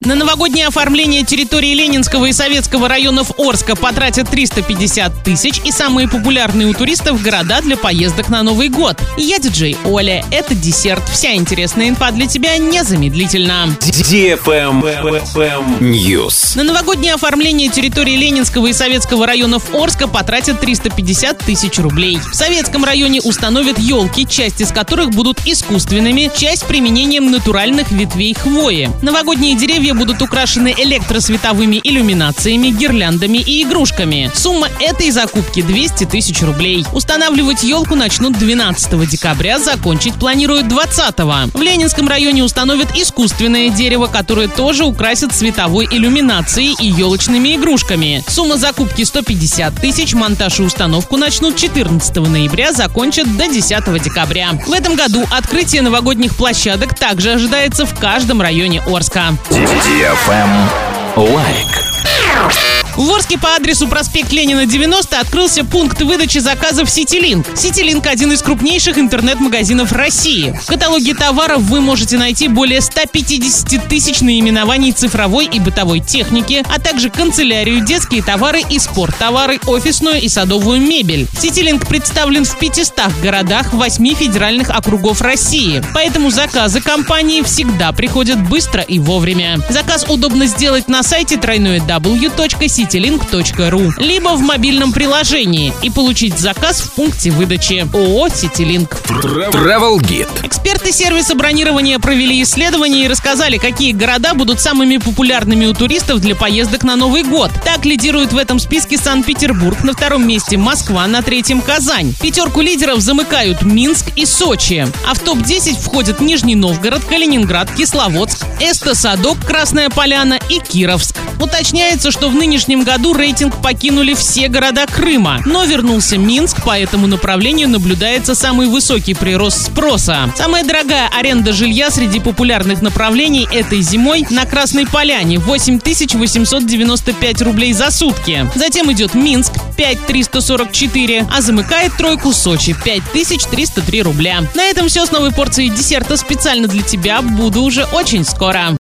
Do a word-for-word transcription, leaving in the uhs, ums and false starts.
На новогоднее оформление территории Ленинского и Советского районов Орска потратят триста пятьдесят тысяч, и самые популярные у туристов города для поездок на Новый год. И я диджей Оля. Это десерт. Вся интересная инфа для тебя незамедлительно. News. На новогоднее оформление территории Ленинского и Советского районов Орска потратят триста пятьдесят тысяч рублей. В Советском районе установят елки, часть из которых будут искусственными, часть применением натуральных ветвей хвои. Новогодние деревья будут украшены электросветовыми иллюминациями, гирляндами и игрушками. Сумма этой закупки двести тысяч рублей. Устанавливать елку начнут двенадцатого декабря, закончить планируют двадцатого. В Ленинском районе установят искусственное дерево, которое тоже украсят световой иллюминацией и елочными игрушками. Сумма закупки сто пятьдесят тысяч, монтаж и установку начнут четырнадцатого ноября, закончат до десятого декабря. В этом году открытие новогодних площадок также ожидается в каждом районе Орска. Лайк. В Орске по адресу проспект Ленина, девяносто открылся пункт выдачи заказов «Ситилинк». «Ситилинк» — один из крупнейших интернет-магазинов России. В каталоге товаров вы можете найти более ста пятидесяти тысяч наименований цифровой и бытовой техники, а также канцелярию, детские товары и спорттовары, офисную и садовую мебель. «Ситилинк» представлен в пятистах городах восьми федеральных округов России, поэтому заказы компании всегда приходят быстро и вовремя. Заказ удобно сделать на сайте дабл ю дабл ю дабл ю точка ситилинк точка ру, либо в мобильном приложении и получить заказ в пункте выдачи. ООО «Ситилинк». Travel Guide. Эксперты сервиса бронирования провели исследование и рассказали, какие города будут самыми популярными у туристов для поездок на Новый год. Так лидирует в этом списке Санкт-Петербург, на втором месте Москва, на третьем Казань. Пятерку лидеров замыкают Минск и Сочи. А в топ десять входят Нижний Новгород, Калининград, Кисловодск, Эсто-Садок, Красная Поляна и Кировск. Уточняется, что в нынешнем году рейтинг покинули все города Крыма, но вернулся Минск, по этому направлению наблюдается самый высокий прирост спроса. Самая дорогая аренда жилья среди популярных направлений этой зимой на Красной Поляне — восемь тысяч восемьсот девяносто пять рублей за сутки. Затем идет Минск — пять тысяч триста сорок четыре, а замыкает тройку Сочи — пять тысяч триста три рубля. На этом все с новой порцией десерта специально для тебя. Буду уже очень скоро.